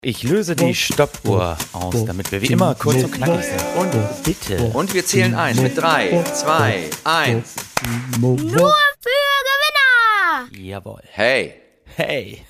Ich löse die Stoppuhr aus, damit wir wie immer kurz und knackig sind. Und bitte. Und wir zählen ein mit 3, 2, 1. Nur für Gewinner! Jawohl. Hey. Hey.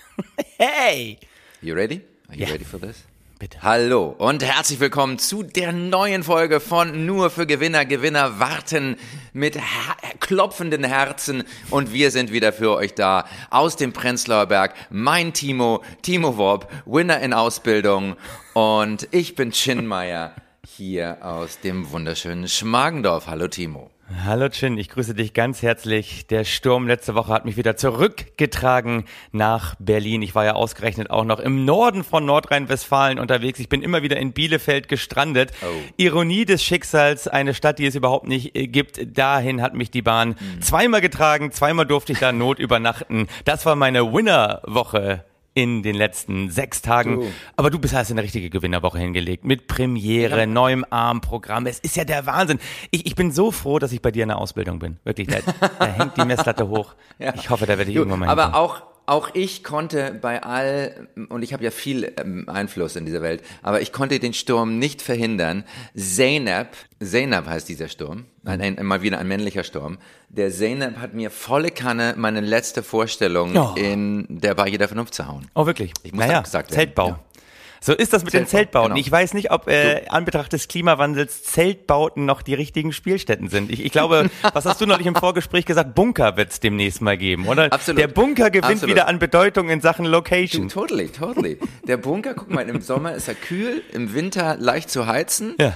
Hey. You ready? Are you Ja. ready for this? Bitte. Hallo und herzlich willkommen zu der neuen Folge von Nur für Gewinner. Gewinner warten mit klopfenden Herzen und wir sind wieder für euch da aus dem Prenzlauer Berg. Mein Timo Worp, Winner in Ausbildung, und ich bin Chinmeier hier aus dem wunderschönen Schmargendorf. Hallo Timo. Hallo Chin, ich grüße dich ganz herzlich. Der Sturm letzte Woche hat mich wieder zurückgetragen nach Berlin. Ich war ja ausgerechnet auch noch im Norden von Nordrhein-Westfalen unterwegs. Ich bin immer wieder in Bielefeld gestrandet. Oh. Ironie des Schicksals, eine Stadt, die es überhaupt nicht gibt. Dahin hat mich die Bahn zweimal getragen, zweimal durfte ich da Not übernachten. Das war meine Winner-Woche in den letzten 6 Tagen. Du. Aber du hast eine richtige Gewinnerwoche hingelegt. Mit Premiere, neuem Armprogramm. Es ist ja der Wahnsinn. Ich bin so froh, dass ich bei dir in der Ausbildung bin. Wirklich, da hängt die Messlatte hoch. Ja. Ich hoffe, da werde ich irgendwann mal Aber hinkommen. auch ich konnte bei und ich habe ja viel Einfluss in dieser Welt, aber ich konnte den Sturm nicht verhindern. Zeynep heißt dieser Sturm, mal wieder ein männlicher Sturm. Der Zeynep hat mir volle Kanne meine letzte Vorstellung in der Bar jeder Vernunft zu hauen. Oh, wirklich? Ich muss abgesagt werden. Zeltbau. Ja. So ist das mit den Zeltbau, Zeltbauten. genau. Ich weiß nicht, ob Anbetracht des Klimawandels Zeltbauten noch die richtigen Spielstätten sind. Ich glaube, was hast du neulich im Vorgespräch gesagt? Bunker wird es demnächst mal geben, oder? Absolut. Der Bunker gewinnt Absolut. wieder an Bedeutung in Sachen Location. Totally. Der Bunker, guck mal, im Sommer ist er kühl, im Winter leicht zu heizen. Ja.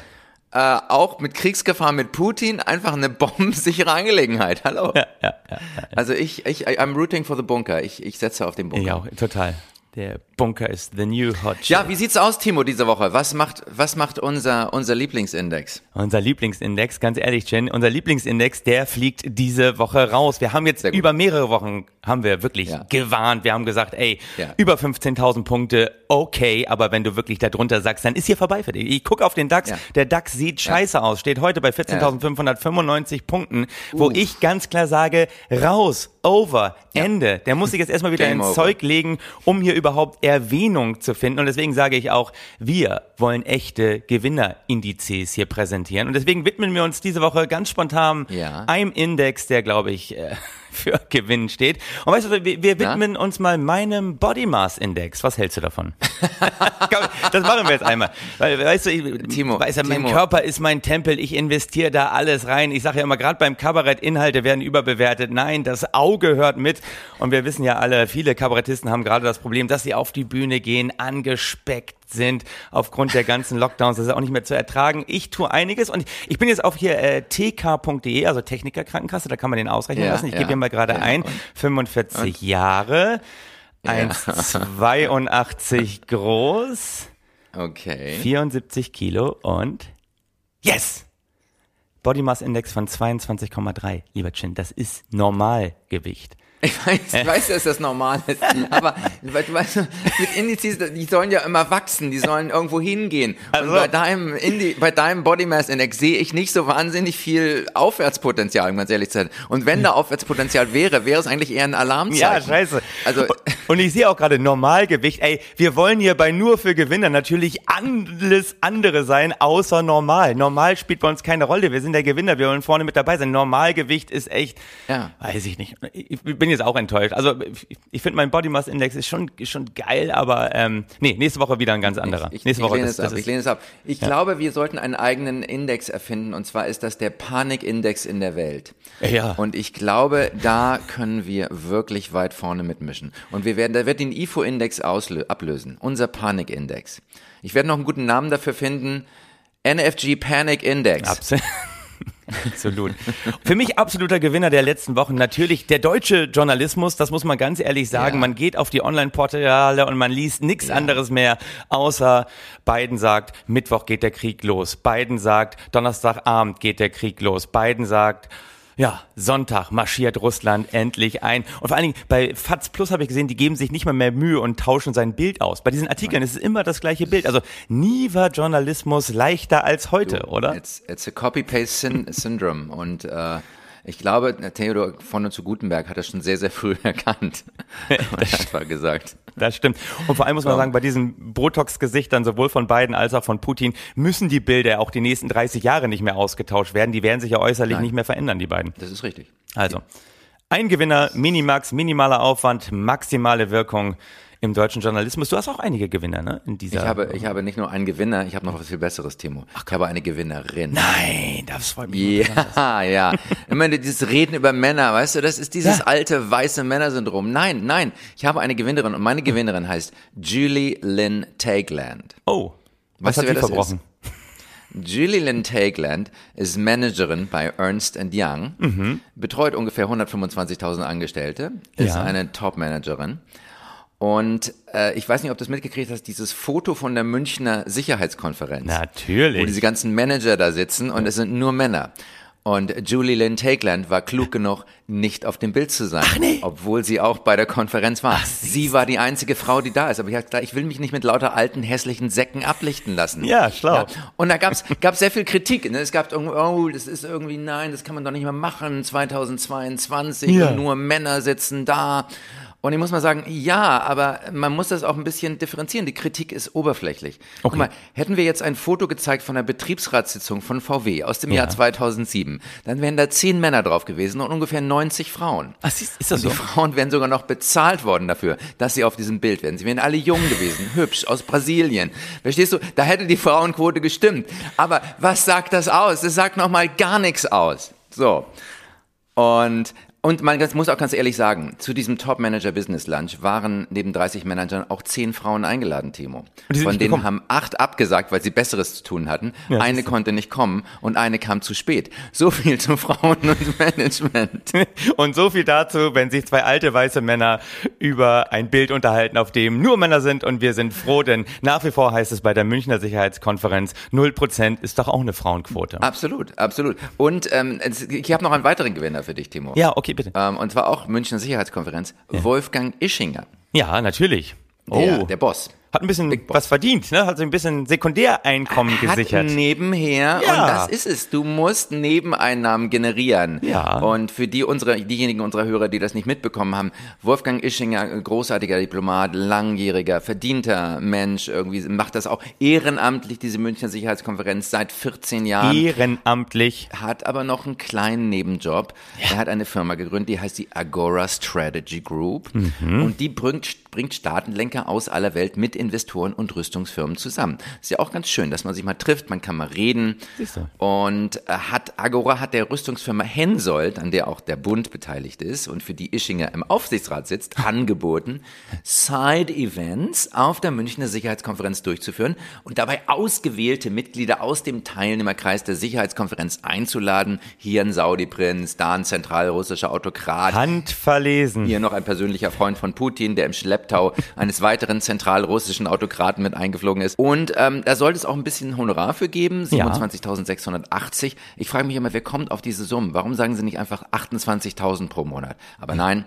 Auch mit Kriegsgefahr mit Putin, einfach eine bombensichere Angelegenheit. Hallo. Ja. Also I'm rooting for the Bunker. Ich setze auf den Bunker. Ja, total. Der Bunker ist the new hot shit. Ja, wie sieht's aus, Timo, diese Woche? Was macht unser Lieblingsindex? Unser Lieblingsindex, ganz ehrlich, Jen, unser Lieblingsindex, der fliegt diese Woche raus. Wir haben jetzt Sehr gut. über mehrere Wochen, haben wir wirklich Ja. gewarnt. Wir haben gesagt, ey, Ja. über 15.000 Punkte, okay, aber wenn du wirklich da drunter sagst, dann ist hier vorbei für dich. Ich gucke auf den DAX, Ja. der DAX sieht scheiße aus, steht heute bei 14.595 Punkten, wo ich ganz klar sage, raus, over, Ende. Der muss sich jetzt erstmal wieder Game ins over. Zeug legen, um hier überhaupt Erwähnung zu finden. Und deswegen sage ich auch, wir wollen echte Gewinnerindizes hier präsentieren. Und deswegen widmen wir uns diese Woche ganz spontan einem Index, der, glaube ich, für Gewinn steht. Und weißt du, wir widmen uns mal meinem Body Mass Index. Was hältst du davon? Komm, das machen wir jetzt einmal. Weil, weißt du, Timo, mein Körper ist mein Tempel, ich investiere da alles rein. Ich sage ja immer, gerade beim Kabarett, Inhalte werden überbewertet. Nein, das Auge hört mit. Und wir wissen ja alle, viele Kabarettisten haben gerade das Problem, dass sie auf die Bühne gehen, angespeckt sind aufgrund der ganzen Lockdowns. Das ist auch nicht mehr zu ertragen. Ich tue einiges und ich bin jetzt auf hier tk.de, also Techniker Krankenkasse, da kann man den ausrechnen lassen. Ich gebe hier mal gerade ein, 45 Jahre, 1,82 groß, Okay. 74 Kilo und yes! Body Mass Index von 22,3, lieber Chin, das ist Normalgewicht. Ich weiß, dass das normal ist, aber weil du weißt, mit Indizes, die sollen ja immer wachsen, die sollen irgendwo hingehen. Und bei deinem Body Mass Index sehe ich nicht so wahnsinnig viel Aufwärtspotenzial, um ganz ehrlich zu sein. Und wenn da Aufwärtspotenzial wäre es eigentlich eher ein Alarmzeichen. Ja, scheiße. Also und ich sehe auch gerade Normalgewicht. Ey, wir wollen hier bei Nur für Gewinner natürlich alles andere sein, außer normal. Normal spielt bei uns keine Rolle. Wir sind der Gewinner. Wir wollen vorne mit dabei sein. Normalgewicht ist echt, weiß ich nicht. Ich bin jetzt auch enttäuscht. Also ich finde, mein Body Mass Index ist schon geil, aber nächste Woche wieder ein ganz anderer. Ich nächste Woche lehne es ab. Ich glaube, wir sollten einen eigenen Index erfinden, und zwar ist das der Panikindex in der Welt. Ja. Und ich glaube, da können wir wirklich weit vorne mitmischen. Und da wird den IFO-Index ablösen, unser Panikindex. Ich werde noch einen guten Namen dafür finden. NFG Panic Index. Absolut. Für mich absoluter Gewinner der letzten Wochen natürlich der deutsche Journalismus, das muss man ganz ehrlich sagen. Man geht auf die Online-Portale und man liest nichts anderes mehr, außer Biden sagt, Mittwoch geht der Krieg los. Biden sagt, Donnerstagabend geht der Krieg los. Biden sagt, ja, Sonntag marschiert Russland endlich ein. Und vor allen Dingen bei FAZ Plus habe ich gesehen, die geben sich nicht mal mehr Mühe und tauschen sein Bild aus. Bei diesen Artikeln ist es immer das gleiche Bild. Also nie war Journalismus leichter als heute, oder? It's a copy-paste syndrome. Und Ich glaube, Theodor von und zu Gutenberg hat das schon sehr, sehr früh erkannt. Das war gesagt. Das stimmt. Und vor allem muss man sagen, bei diesen Botox-Gesichtern sowohl von Biden als auch von Putin müssen die Bilder auch die nächsten 30 Jahre nicht mehr ausgetauscht werden. Die werden sich ja äußerlich nicht mehr verändern, die beiden. Das ist richtig. Also, ein Gewinner, Minimax, minimaler Aufwand, maximale Wirkung im deutschen Journalismus. Du hast auch einige Gewinner, ne? In dieser Ich habe nicht nur einen Gewinner, ich habe noch was viel Besseres, Timo. Ich habe eine Gewinnerin. Nein, das freut mich. Ja. Ich meine, dieses Reden über Männer, weißt du, das ist dieses alte weiße Männersyndrom. Nein, ich habe eine Gewinnerin und meine Gewinnerin heißt Julie Lynn Tageland. Oh, was hat sie verbrochen? Julie Lynn Tageland ist Managerin bei Ernst & Young, betreut ungefähr 125.000 Angestellte, ist eine Top-Managerin. Und ich weiß nicht, ob du es mitgekriegt hast, dieses Foto von der Münchner Sicherheitskonferenz. Natürlich. Wo diese ganzen Manager da sitzen und es sind nur Männer. Und Julie Lynn Tageland war klug genug, nicht auf dem Bild zu sein, obwohl sie auch bei der Konferenz war. Sie war die einzige Frau, die da ist. Aber ich will mich nicht mit lauter alten, hässlichen Säcken ablichten lassen. Ja, schlau. Ja. Und da gab's sehr viel Kritik. Ne? Es gab das ist irgendwie, nein, das kann man doch nicht mehr machen, 2022, und nur Männer sitzen da. Und ich muss mal sagen, ja, aber man muss das auch ein bisschen differenzieren. Die Kritik ist oberflächlich. Okay. Guck mal, hätten wir jetzt ein Foto gezeigt von der Betriebsratssitzung von VW aus dem Jahr 2007, dann wären da 10 Männer drauf gewesen und ungefähr 90 Frauen. Ach, ist das so? Die Frauen wären sogar noch bezahlt worden dafür, dass sie auf diesem Bild wären. Sie wären alle jung gewesen, hübsch, aus Brasilien. Verstehst du? Da hätte die Frauenquote gestimmt. Aber was sagt das aus? Das sagt nochmal gar nichts aus. So. Und man muss auch ganz ehrlich sagen, zu diesem Top-Manager-Business-Lunch waren neben 30 Managern auch 10 Frauen eingeladen, Timo. Von denen haben 8 abgesagt, weil sie Besseres zu tun hatten. Ja, eine konnte nicht kommen und eine kam zu spät. So viel zu Frauen und Management. Und so viel dazu, wenn sich 2 alte weiße Männer über ein Bild unterhalten, auf dem nur Männer sind, und wir sind froh, denn nach wie vor heißt es bei der Münchner Sicherheitskonferenz, 0% ist doch auch eine Frauenquote. Absolut. Und ich habe noch einen weiteren Gewinner für dich, Timo. Ja, okay. Bitte. Und zwar auch Münchner Sicherheitskonferenz, Wolfgang Ischinger. Ja, natürlich. Der Boss. Hat ein bisschen was verdient, ne? Hat so ein bisschen Sekundäreinkommen gesichert. Nebenher, und das ist es. Du musst Nebeneinnahmen generieren. Ja. Und für diejenigen unserer Hörer, die das nicht mitbekommen haben, Wolfgang Ischinger, großartiger Diplomat, langjähriger, verdienter Mensch, irgendwie macht das auch ehrenamtlich, diese Münchner Sicherheitskonferenz, seit 14 Jahren. Ehrenamtlich. Hat aber noch einen kleinen Nebenjob. Ja. Er hat eine Firma gegründet, die heißt die Agora Strategy Group. Und die bringt Staatenlenker aus aller Welt mit Investoren und Rüstungsfirmen zusammen. Ist ja auch ganz schön, dass man sich mal trifft, man kann mal reden. Und Agora hat der Rüstungsfirma Hensoldt, an der auch der Bund beteiligt ist und für die Ischinger im Aufsichtsrat sitzt, angeboten, Side-Events auf der Münchner Sicherheitskonferenz durchzuführen und dabei ausgewählte Mitglieder aus dem Teilnehmerkreis der Sicherheitskonferenz einzuladen. Hier ein Saudi-Prinz, da ein zentralrussischer Autokrat. Handverlesen. Hier noch ein persönlicher Freund von Putin, der im Schlepptau eines weiteren zentralrussischen Autokraten mit eingeflogen ist. Und da sollte es auch ein bisschen Honorar für geben, 27.680. Ich frage mich immer, wer kommt auf diese Summen? Warum sagen sie nicht einfach 28.000 pro Monat? Aber nein,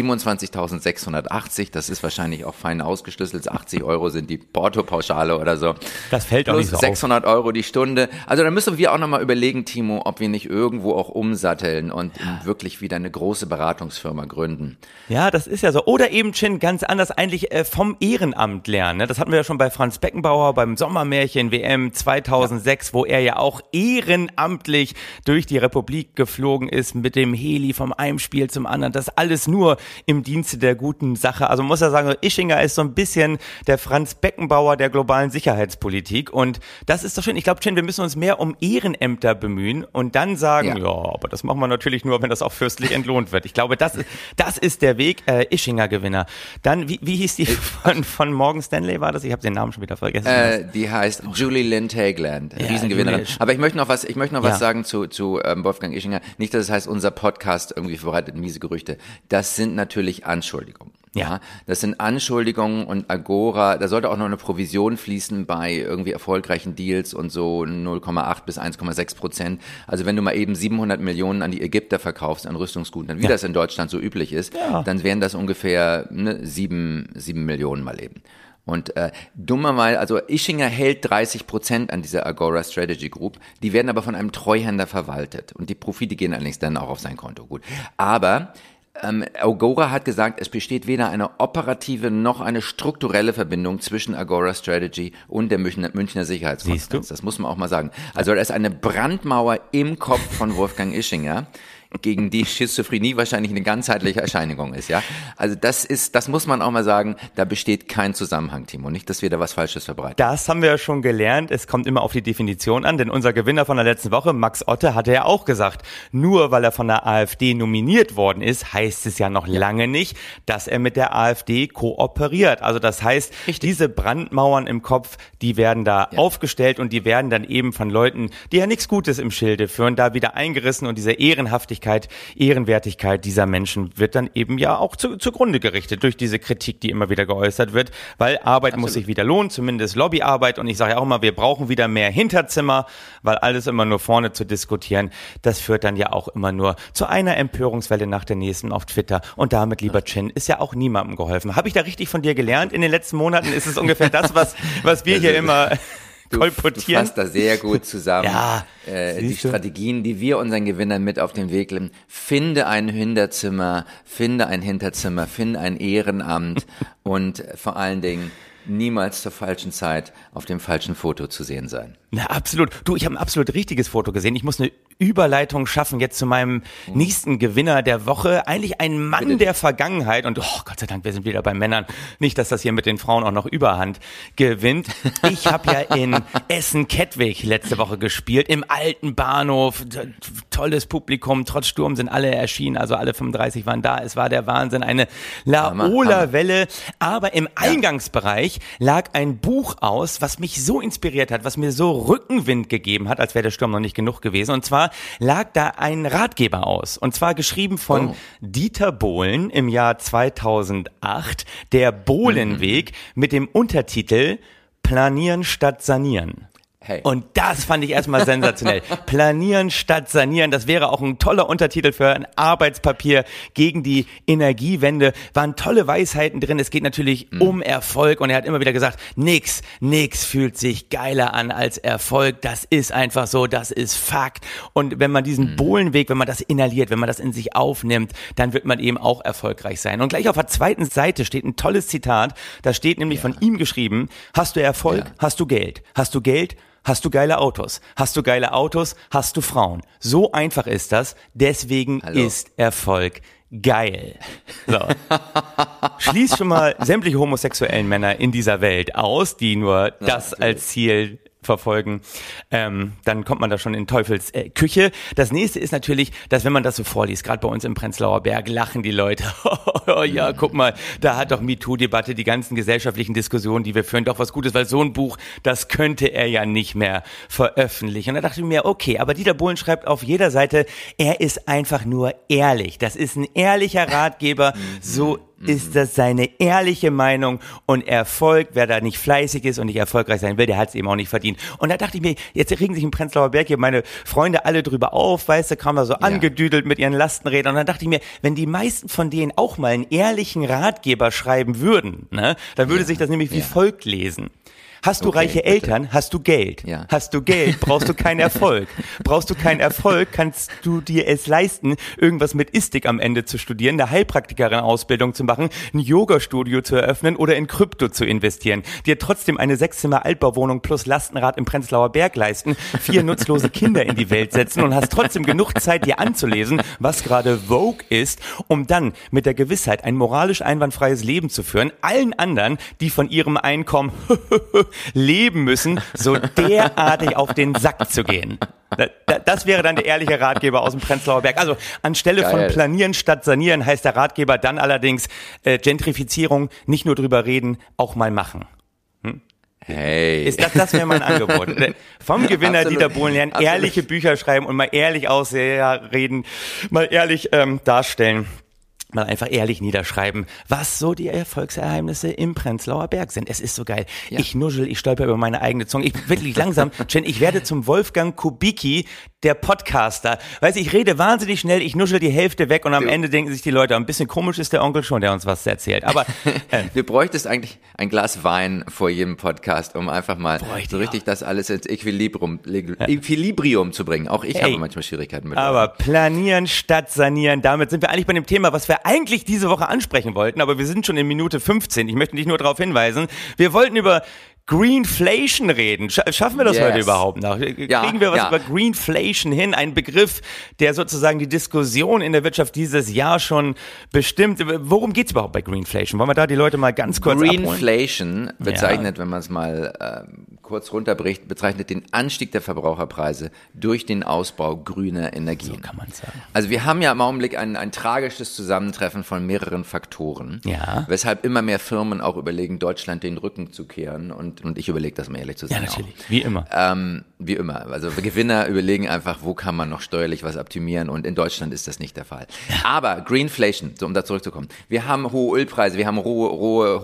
27.680, das ist wahrscheinlich auch fein ausgeschlüsselt. 80 Euro sind die Portopauschale oder so. Das fällt auch nicht so auf. 600 Euro die Stunde. Also da müssen wir auch nochmal überlegen, Timo, ob wir nicht irgendwo auch umsatteln und wirklich wieder eine große Beratungsfirma gründen. Ja, das ist ja so. Oder eben, Chin, ganz anders eigentlich vom Ehrenamt lernen. Ne? Das hatten wir ja schon bei Franz Beckenbauer beim Sommermärchen WM 2006, wo er ja auch ehrenamtlich durch die Republik geflogen ist mit dem Heli vom einem Spiel zum anderen. Das alles nur im Dienste der guten Sache. Also man muss ja sagen, Ischinger ist so ein bisschen der Franz Beckenbauer der globalen Sicherheitspolitik. Und das ist doch schön. Ich glaube, Chin, wir müssen uns mehr um Ehrenämter bemühen und dann sagen, ja, aber das machen wir natürlich nur, wenn das auch fürstlich entlohnt wird. Ich glaube, das ist der Weg. Ischinger-Gewinner. Dann, wie hieß die von Morgan Stanley, war das? Ich habe den Namen schon wieder vergessen. Die heißt Julie Lynn Tageland, Riesengewinnerin. Aber ich möchte noch was sagen zu Wolfgang Ischinger. Nicht, dass es heißt, unser Podcast irgendwie verbreitet miese Gerüchte. Das sind natürlich Anschuldigungen. Ja, das sind Anschuldigungen und Agora, da sollte auch noch eine Provision fließen bei irgendwie erfolgreichen Deals und so 0,8 bis 1,6%. Also wenn du mal eben 700 Millionen an die Ägypter verkaufst an Rüstungsgütern, wie das in Deutschland so üblich ist, dann wären das ungefähr 7 Millionen mal eben. Und dummerweise, also Ischinger hält 30% an dieser Agora Strategy Group, die werden aber von einem Treuhänder verwaltet und die Profite gehen allerdings dann auch auf sein Konto. Gut, aber Agora hat gesagt, es besteht weder eine operative noch eine strukturelle Verbindung zwischen Agora Strategy und der Münchner Sicherheitskonferenz. Das muss man auch mal sagen. Also da ist eine Brandmauer im Kopf von Wolfgang Ischinger, gegen die Schizophrenie wahrscheinlich eine ganzheitliche Erscheinung ist, ja. Also das muss man auch mal sagen, da besteht kein Zusammenhang, Timo. Nicht, dass wir da was Falsches verbreiten. Das haben wir ja schon gelernt. Es kommt immer auf die Definition an, denn unser Gewinner von der letzten Woche, Max Otte, hatte ja auch gesagt, nur weil er von der AfD nominiert worden ist, heißt es ja noch lange nicht, dass er mit der AfD kooperiert. Also das heißt, diese Brandmauern im Kopf, die werden da aufgestellt und die werden dann eben von Leuten, die ja nichts Gutes im Schilde führen, da wieder eingerissen und diese Ehrenwertigkeit dieser Menschen wird dann eben ja auch zugrunde gerichtet durch diese Kritik, die immer wieder geäußert wird, weil Arbeit muss sich wieder lohnen, zumindest Lobbyarbeit, und ich sage ja auch immer, wir brauchen wieder mehr Hinterzimmer, weil alles immer nur vorne zu diskutieren, das führt dann ja auch immer nur zu einer Empörungswelle nach der nächsten auf Twitter und damit, lieber Chin, ist ja auch niemandem geholfen. Habe ich da richtig von dir gelernt? In den letzten Monaten ist es ungefähr das, was wir hier immer kolportieren. Du fasst da sehr gut zusammen. Die Strategien, die wir unseren Gewinnern mit auf den Weg geben. Finde ein Hinterzimmer, finde ein Ehrenamt und vor allen Dingen niemals zur falschen Zeit auf dem falschen Foto zu sehen sein. Na, absolut. Du, ich habe ein absolut richtiges Foto gesehen. Ich muss eine Überleitung schaffen jetzt zu meinem nächsten Gewinner der Woche. Eigentlich ein Mann der Vergangenheit. Und Gott sei Dank, wir sind wieder bei Männern. Nicht, dass das hier mit den Frauen auch noch Überhand gewinnt. Ich habe ja in Essen-Kettwig letzte Woche gespielt, im alten Bahnhof. Tolles Publikum. Trotz Sturm sind alle erschienen. Also alle 35 waren da. Es war der Wahnsinn. Eine Laola-Welle. Aber im Eingangsbereich lag ein Buch aus, was mich so inspiriert hat, was mir so Rückenwind gegeben hat, als wäre der Sturm noch nicht genug gewesen. Und zwar lag da ein Ratgeber aus. Und zwar geschrieben von Dieter Bohlen im Jahr 2008, der Bohlenweg, mit dem Untertitel Planieren statt Sanieren. Hey. Und das fand ich erstmal sensationell. Planieren statt sanieren, das wäre auch ein toller Untertitel für ein Arbeitspapier gegen die Energiewende. Waren tolle Weisheiten drin. Es geht natürlich um Erfolg und er hat immer wieder gesagt, nix fühlt sich geiler an als Erfolg. Das ist einfach so, das ist Fakt. Und wenn man diesen Bohlenweg, wenn man das inhaliert, wenn man das in sich aufnimmt, dann wird man eben auch erfolgreich sein. Und gleich auf der zweiten Seite steht ein tolles Zitat. Da steht nämlich von ihm geschrieben, hast du Erfolg, hast du Geld. Hast du Geld, hast du geile Autos. Hast du geile Autos, hast du Frauen. So einfach ist das. Deswegen ist Erfolg geil. So. Schließ schon mal sämtliche homosexuellen Männer in dieser Welt aus, die nur das als Ziel verfolgen, dann kommt man da schon in Teufels Küche. Das nächste ist natürlich, dass wenn man das so vorliest, gerade bei uns im Prenzlauer Berg, lachen die Leute. Ja, guck mal, da hat doch MeToo-Debatte, die ganzen gesellschaftlichen Diskussionen, die wir führen, doch was Gutes, weil so ein Buch, das könnte er ja nicht mehr veröffentlichen. Und da dachte ich mir, okay, aber Dieter Bohlen schreibt auf jeder Seite, er ist einfach nur ehrlich. Das ist ein ehrlicher Ratgeber, so ist das seine ehrliche Meinung, und Erfolg, wer da nicht fleißig ist und nicht erfolgreich sein will, der hat es eben auch nicht verdient. Und da dachte ich mir, jetzt regen sich im Prenzlauer Berg hier meine Freunde alle drüber auf, weißt du, kamen da so angedüdelt mit ihren Lastenrädern, und dann dachte ich mir, wenn die meisten von denen auch mal einen ehrlichen Ratgeber schreiben würden, ne, dann würde sich das nämlich wie folgt lesen. Hast du reiche Eltern, hast du Geld. Ja. Hast du Geld, brauchst du keinen Erfolg. Brauchst du keinen Erfolg, kannst du dir es leisten, irgendwas mit Istik am Ende zu studieren, eine Heilpraktikerin-Ausbildung zu machen, ein Yoga-Studio zu eröffnen oder in Krypto zu investieren, dir trotzdem eine 6-Zimmer-Altbauwohnung plus Lastenrad im Prenzlauer Berg leisten, 4 nutzlose Kinder in die Welt setzen und hast trotzdem genug Zeit, dir anzulesen, was gerade Vogue ist, um dann mit der Gewissheit, ein moralisch einwandfreies Leben zu führen, allen anderen, die von ihrem Einkommen leben müssen, so derartig auf den Sack zu gehen. Das wäre dann der ehrliche Ratgeber aus dem Prenzlauer Berg. Also anstelle von Planieren statt Sanieren heißt der Ratgeber dann allerdings Gentrifizierung, nicht nur drüber reden, auch mal machen. Hey. Das wäre mein Angebot. Vom Gewinner Dieter Bohlen lernen, ehrliche Bücher schreiben und mal ehrlich reden, mal ehrlich darstellen. Mal einfach ehrlich niederschreiben, was so die Erfolgsgeheimnisse im Prenzlauer Berg sind. Es ist so geil. Ja. Ich nuschel, ich stolper über meine eigene Zunge. Ich wirklich langsam, Jen, ich werde zum Wolfgang Kubicki der Podcaster. Weißt du, ich rede wahnsinnig schnell, ich nuschel die Hälfte weg und am Ende denken sich die Leute, ein bisschen komisch ist der Onkel schon, der uns was erzählt. Aber du bräuchtest eigentlich ein Glas Wein vor jedem Podcast, um einfach mal so richtig das alles ins Equilibrium zu bringen. Auch ich habe manchmal Schwierigkeiten mit. Aber planieren statt sanieren, damit sind wir eigentlich bei dem Thema, was wir eigentlich diese Woche ansprechen wollten, aber wir sind schon in Minute 15. Ich möchte dich nur darauf hinweisen, wir wollten über Greenflation reden. Schaffen wir das heute überhaupt noch? Kriegen wir was über Greenflation hin? Ein Begriff, der sozusagen die Diskussion in der Wirtschaft dieses Jahr schon bestimmt. Worum geht's überhaupt bei Greenflation? Wollen wir da die Leute mal ganz kurz abholen? Greenflation bezeichnet, wenn man es mal kurz runterbricht, bezeichnet den Anstieg der Verbraucherpreise durch den Ausbau grüner Energien. So kann man sagen. Also wir haben ja im Augenblick ein tragisches Zusammentreffen von mehreren Faktoren, weshalb immer mehr Firmen auch überlegen, Deutschland den Rücken zu kehren und ich überlege das mal ehrlich zu sein. Ja, natürlich. Auch. Wie immer. Wie immer. Also Gewinner überlegen einfach, wo kann man noch steuerlich was optimieren und in Deutschland ist das nicht der Fall. Ja. Aber Greenflation, so um da zurückzukommen. Wir haben hohe Ölpreise, wir haben hohe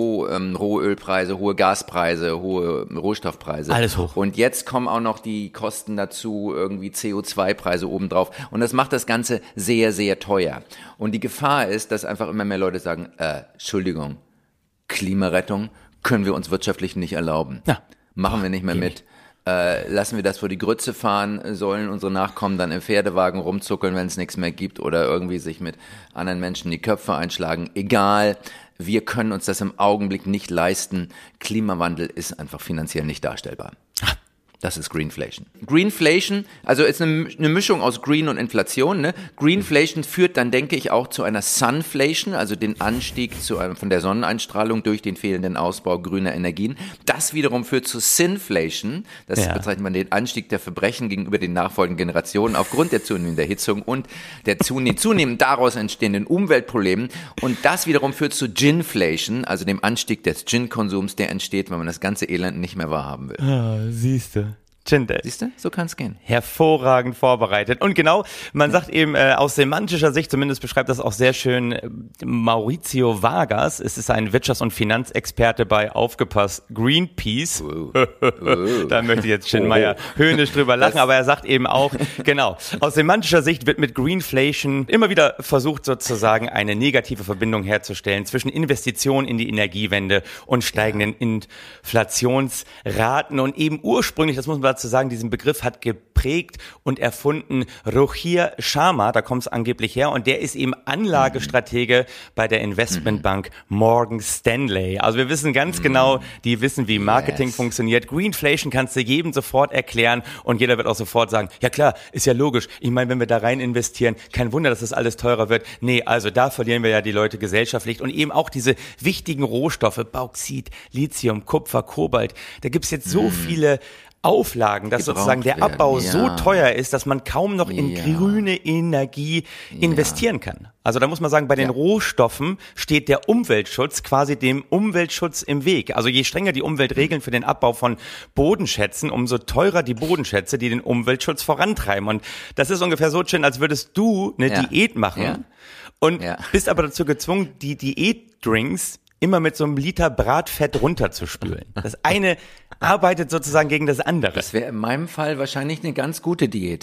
Ölpreise, hohe Gaspreise, hohe Rohstoffpreise. Alles hoch. Und jetzt kommen auch noch die Kosten dazu, irgendwie CO2-Preise obendrauf. Und das macht das Ganze sehr, sehr teuer. Und die Gefahr ist, dass einfach immer mehr Leute sagen, Entschuldigung, Klimarettung können wir uns wirtschaftlich nicht erlauben. Ja. Machen wir nicht mehr mit. Lassen wir das vor die Grütze fahren, sollen unsere Nachkommen dann im Pferdewagen rumzuckeln, wenn es nichts mehr gibt oder irgendwie sich mit anderen Menschen die Köpfe einschlagen. Egal, wir können uns das im Augenblick nicht leisten. Klimawandel ist einfach finanziell nicht darstellbar. Das ist Greenflation. Greenflation, also ist eine Mischung aus Green und Inflation. Ne? Greenflation führt dann, denke ich, auch zu einer Sunflation, also den Anstieg von der Sonneneinstrahlung durch den fehlenden Ausbau grüner Energien. Das wiederum führt zu Sinflation. Das bezeichnet man den Anstieg der Verbrechen gegenüber den nachfolgenden Generationen aufgrund der zunehmenden Erhitzung und der zunehmend daraus entstehenden Umweltproblemen. Und das wiederum führt zu Ginflation, also dem Anstieg des Gin-Konsums, der entsteht, wenn man das ganze Elend nicht mehr wahrhaben will. Ah, siehst du. Siehst du? So kann es gehen. Hervorragend vorbereitet. Und genau, man sagt eben aus semantischer Sicht, zumindest beschreibt das auch sehr schön Maurizio Vargas. Es ist ein Wirtschafts- und Finanzexperte bei Aufgepasst Greenpeace. Da möchte ich jetzt Schinmeier höhnisch drüber lachen, aber er sagt eben auch, genau, aus semantischer Sicht wird mit Greenflation immer wieder versucht, sozusagen eine negative Verbindung herzustellen zwischen Investitionen in die Energiewende und steigenden Inflationsraten. Und eben ursprünglich, das muss man dazu sagen, diesen Begriff hat geprägt und erfunden Rohir Sharma, da kommt es angeblich her, und der ist eben Anlagestratege bei der Investmentbank Morgan Stanley. Also wir wissen ganz genau, die wissen, wie Marketing funktioniert. Greenflation kannst du jedem sofort erklären und jeder wird auch sofort sagen, ja klar, ist ja logisch. Ich meine, wenn wir da rein investieren, kein Wunder, dass das alles teurer wird. Nee, also da verlieren wir ja die Leute gesellschaftlich und eben auch diese wichtigen Rohstoffe, Bauxit, Lithium, Kupfer, Kobalt. Da gibt's jetzt so viele Auflagen, dass sozusagen der Abbau so teuer ist, dass man kaum noch in grüne Energie investieren kann. Also da muss man sagen, bei den Rohstoffen steht der Umweltschutz quasi dem Umweltschutz im Weg. Also je strenger die Umweltregeln für den Abbau von Bodenschätzen, umso teurer die Bodenschätze, die den Umweltschutz vorantreiben. Und das ist ungefähr so schön, als würdest du eine Diät machen und bist aber dazu gezwungen, die Diätdrinks immer mit so einem Liter Bratfett runterzuspülen. Das eine arbeitet sozusagen gegen das andere. Das wäre in meinem Fall wahrscheinlich eine ganz gute Diät.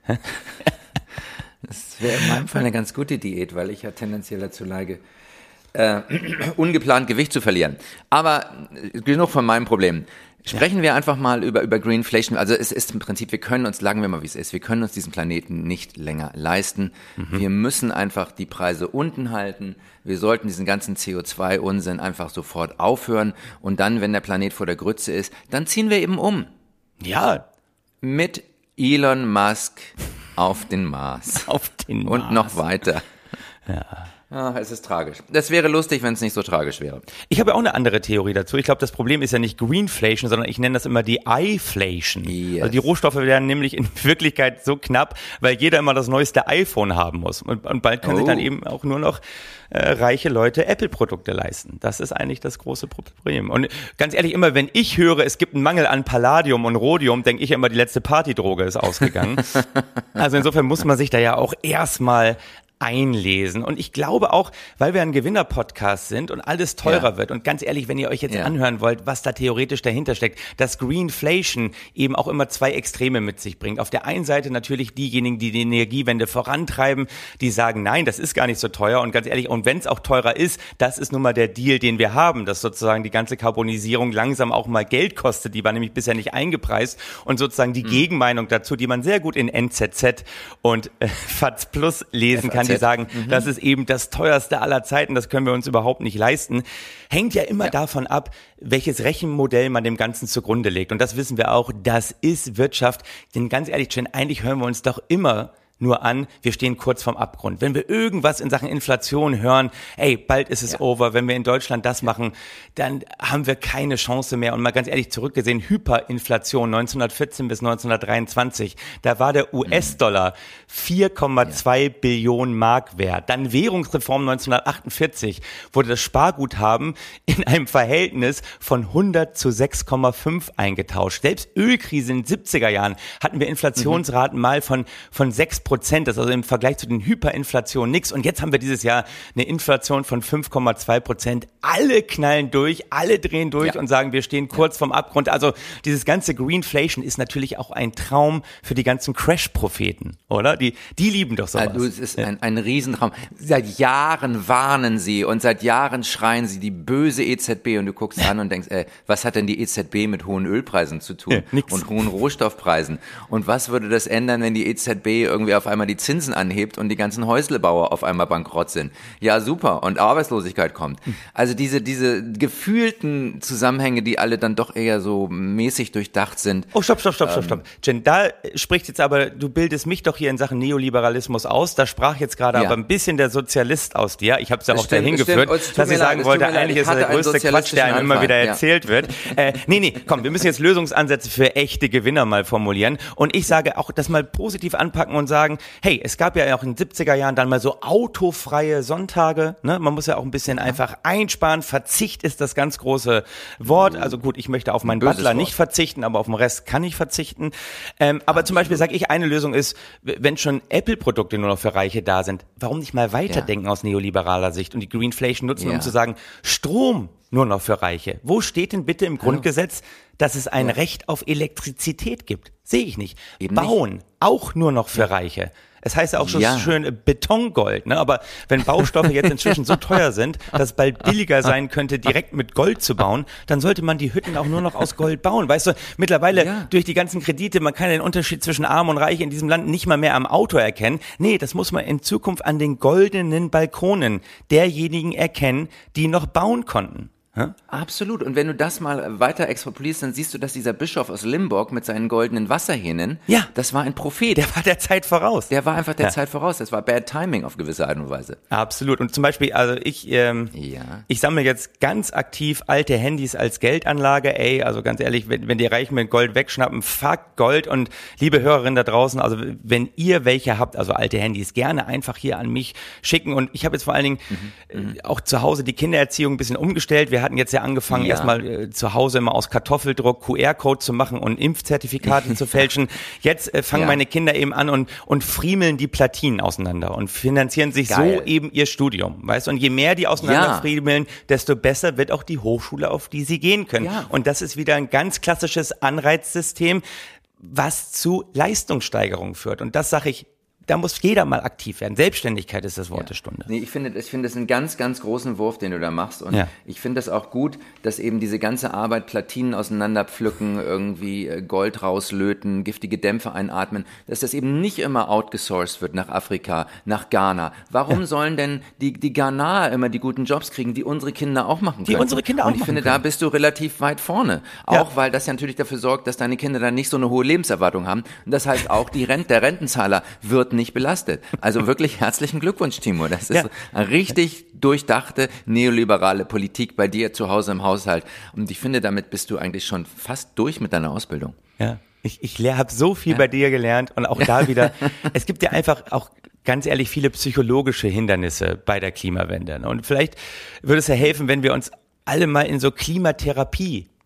Das wäre in meinem Fall eine ganz gute Diät, weil ich ja tendenziell dazu neige, ungeplant Gewicht zu verlieren. Aber genug von meinem Problem. Sprechen wir einfach mal über Greenflation. Also es ist im Prinzip, sagen wir mal, wie es ist. Wir können uns diesen Planeten nicht länger leisten. Wir müssen einfach die Preise unten halten. Wir sollten diesen ganzen CO2-Unsinn einfach sofort aufhören. Und dann, wenn der Planet vor der Grütze ist, dann ziehen wir eben um. Ja. Mit Elon Musk auf den Mars. Auf den Mars. Und noch weiter. Ja. Ach, es ist tragisch. Das wäre lustig, wenn es nicht so tragisch wäre. Ich habe auch eine andere Theorie dazu. Ich glaube, das Problem ist ja nicht Greenflation, sondern ich nenne das immer die Iflation. Yes. Also die Rohstoffe werden nämlich in Wirklichkeit so knapp, weil jeder immer das neueste iPhone haben muss. Und bald können sich dann eben auch nur noch reiche Leute Apple-Produkte leisten. Das ist eigentlich das große Problem. Und ganz ehrlich, immer wenn ich höre, es gibt einen Mangel an Palladium und Rhodium, denke ich ja immer, die letzte Partydroge ist ausgegangen. Also insofern muss man sich da ja auch erstmal einlesen. Und ich glaube auch, weil wir ein Gewinner-Podcast sind und alles teurer wird. Und ganz ehrlich, wenn ihr euch jetzt anhören wollt, was da theoretisch dahinter steckt, dass Greenflation eben auch immer zwei Extreme mit sich bringt. Auf der einen Seite natürlich diejenigen, die die Energiewende vorantreiben, die sagen, nein, das ist gar nicht so teuer. Und ganz ehrlich, und wenn es auch teurer ist, das ist nun mal der Deal, den wir haben, dass sozusagen die ganze Karbonisierung langsam auch mal Geld kostet. Die war nämlich bisher nicht eingepreist. Und sozusagen die Gegenmeinung dazu, die man sehr gut in NZZ und FAZ Plus lesen kann, die sagen, das ist eben das teuerste aller Zeiten, das können wir uns überhaupt nicht leisten, hängt ja immer davon ab, welches Rechenmodell man dem Ganzen zugrunde legt. Und das wissen wir auch, das ist Wirtschaft. Denn ganz ehrlich, Jen, eigentlich hören wir uns doch immer nur an, wir stehen kurz vorm Abgrund. Wenn wir irgendwas in Sachen Inflation hören, ey, bald ist es over, wenn wir in Deutschland das machen, dann haben wir keine Chance mehr. Und mal ganz ehrlich zurückgesehen, Hyperinflation 1914 bis 1923, da war der US-Dollar 4,2 Billionen Mark wert. Dann Währungsreform 1948 wurde das Sparguthaben in einem Verhältnis von 100 zu 6,5 eingetauscht. Selbst Ölkrise in den 70er Jahren hatten wir Inflationsraten mal von 6%. Das ist also im Vergleich zu den Hyperinflationen nix. Und jetzt haben wir dieses Jahr eine Inflation von 5,2%. Alle knallen durch, alle drehen durch und sagen, wir stehen kurz vorm Abgrund. Also dieses ganze Greenflation ist natürlich auch ein Traum für die ganzen Crash-Propheten, oder? Die lieben doch sowas. Also es ist ein Riesentraum. Seit Jahren warnen sie und seit Jahren schreien sie die böse EZB und du guckst an und denkst, was hat denn die EZB mit hohen Ölpreisen zu tun und hohen Rohstoffpreisen? Und was würde das ändern, wenn die EZB irgendwie auf einmal die Zinsen anhebt und die ganzen Häuslebauer auf einmal bankrott sind? Ja, super. Und Arbeitslosigkeit kommt. Also diese gefühlten Zusammenhänge, die alle dann doch eher so mäßig durchdacht sind. Oh, stopp. Jen, da spricht jetzt aber, du bildest mich doch hier in Sachen Neoliberalismus aus. Da sprach jetzt gerade aber ein bisschen der Sozialist aus dir. Ich habe es ja auch dahin geführt, dass ich sagen wollte, eigentlich ist das der größte Quatsch, der einem immer wieder erzählt wird. Nee, komm, wir müssen jetzt Lösungsansätze für echte Gewinner mal formulieren. Und ich sage auch, das mal positiv anpacken und sagen, hey, es gab ja auch in den 70er Jahren dann mal so autofreie Sonntage. Ne? Man muss ja auch ein bisschen einfach einsparen. Verzicht ist das ganz große Wort. Also gut, ich möchte auf meinen Butler nicht verzichten, aber auf den Rest kann ich verzichten. Aber zum Beispiel sage ich, eine Lösung ist, wenn schon Apple-Produkte nur noch für Reiche da sind, warum nicht mal weiterdenken aus neoliberaler Sicht und die Greenflation nutzen, um zu sagen, Strom nur noch für Reiche. Wo steht denn bitte im Grundgesetz, dass es ein Recht auf Elektrizität gibt? Sehe ich nicht. Eben Bauen nicht. Auch nur noch für Reiche. Es heißt ja auch schon schön Betongold, ne? Aber wenn Baustoffe jetzt inzwischen so teuer sind, dass es bald billiger sein könnte, direkt mit Gold zu bauen, dann sollte man die Hütten auch nur noch aus Gold bauen. Weißt du, mittlerweile durch die ganzen Kredite, man kann den Unterschied zwischen Arm und Reich in diesem Land nicht mal mehr am Auto erkennen. Nee, das muss man in Zukunft an den goldenen Balkonen derjenigen erkennen, die noch bauen konnten. Ja? Absolut. Und wenn du das mal weiter extrapolierst, dann siehst du, dass dieser Bischof aus Limburg mit seinen goldenen Wasserhähnen, das war ein Prophet. Der war der Zeit voraus. Der war einfach der Zeit voraus. Das war Bad Timing auf gewisse Art und Weise. Absolut. Und zum Beispiel, also ich sammle jetzt ganz aktiv alte Handys als Geldanlage. Also ganz ehrlich, wenn die Reichen mit Gold wegschnappen, fuck Gold. Und liebe Hörerinnen da draußen, also wenn ihr welche habt, also alte Handys, gerne einfach hier an mich schicken. Und ich habe jetzt vor allen Dingen auch zu Hause die Kindererziehung ein bisschen umgestellt. Wir hatten jetzt ja angefangen, erstmal zu Hause immer aus Kartoffeldruck QR-Code zu machen und Impfzertifikate zu fälschen. Jetzt fangen meine Kinder eben an und friemeln die Platinen auseinander und finanzieren sich so eben ihr Studium. Weißt du? Und je mehr die auseinanderfriemeln, desto besser wird auch die Hochschule, auf die sie gehen können. Ja. Und das ist wieder ein ganz klassisches Anreizsystem, was zu Leistungssteigerung führt. Und das sage ich, da muss jeder mal aktiv werden. Selbstständigkeit ist das Wort der Stunde. Nee, ich finde es einen ganz, ganz großen Wurf, den du da machst. Und ich finde es auch gut, dass eben diese ganze Arbeit, Platinen auseinanderpflücken, irgendwie Gold rauslöten, giftige Dämpfe einatmen, dass das eben nicht immer outgesourced wird nach Afrika, nach Ghana. Warum sollen denn die Ghanaer immer die guten Jobs kriegen, die unsere Kinder auch machen können? Die unsere Kinder auch machen können. Und ich finde, da bist du relativ weit vorne. Auch weil das ja natürlich dafür sorgt, dass deine Kinder dann nicht so eine hohe Lebenserwartung haben. Und das heißt auch, der Rentenzahler wird nicht belastet. Also wirklich herzlichen Glückwunsch, Timo. Das ist eine richtig durchdachte neoliberale Politik bei dir zu Hause im Haushalt. Und ich finde, damit bist du eigentlich schon fast durch mit deiner Ausbildung. Ja, ich habe so viel bei dir gelernt und auch da wieder, es gibt ja einfach auch ganz ehrlich viele psychologische Hindernisse bei der Klimawende. Und vielleicht würde es ja helfen, wenn wir uns alle mal in so Klimatherapie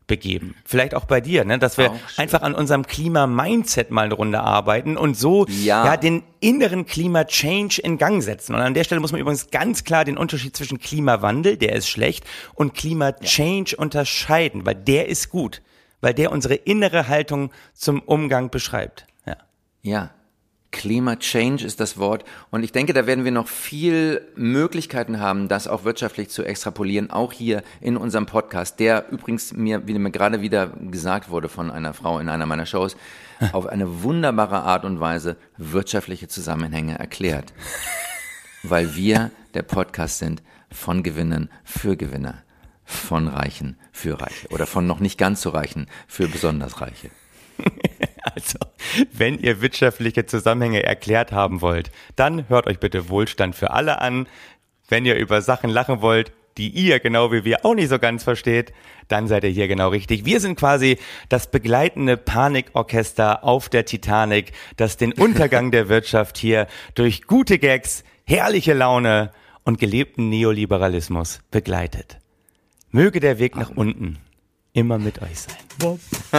begeben. Vielleicht auch bei dir, ne? Dass wir einfach an unserem Klima-Mindset mal eine Runde arbeiten und so den inneren Klima-Change in Gang setzen. Und an der Stelle muss man übrigens ganz klar den Unterschied zwischen Klimawandel, der ist schlecht, und Klima-Change unterscheiden, weil der ist gut, weil der unsere innere Haltung zum Umgang beschreibt. Ja. Climate Change ist das Wort und ich denke, da werden wir noch viel Möglichkeiten haben, das auch wirtschaftlich zu extrapolieren, auch hier in unserem Podcast, der übrigens mir gerade wieder gesagt wurde von einer Frau in einer meiner Shows, auf eine wunderbare Art und Weise wirtschaftliche Zusammenhänge erklärt, weil wir der Podcast sind von Gewinnern für Gewinner, von Reichen für Reiche oder von noch nicht ganz so Reichen für besonders Reiche. Also, wenn ihr wirtschaftliche Zusammenhänge erklärt haben wollt, dann hört euch bitte Wohlstand für alle an. Wenn ihr über Sachen lachen wollt, die ihr genau wie wir auch nicht so ganz versteht, dann seid ihr hier genau richtig. Wir sind quasi das begleitende Panikorchester auf der Titanic, das den Untergang der Wirtschaft hier durch gute Gags, herrliche Laune und gelebten Neoliberalismus begleitet. Möge der Weg nach unten immer mit euch sein.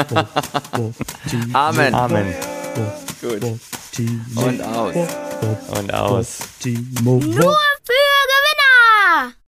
Amen. Amen. Gut. Und aus. Und aus. Nur für Gewinner!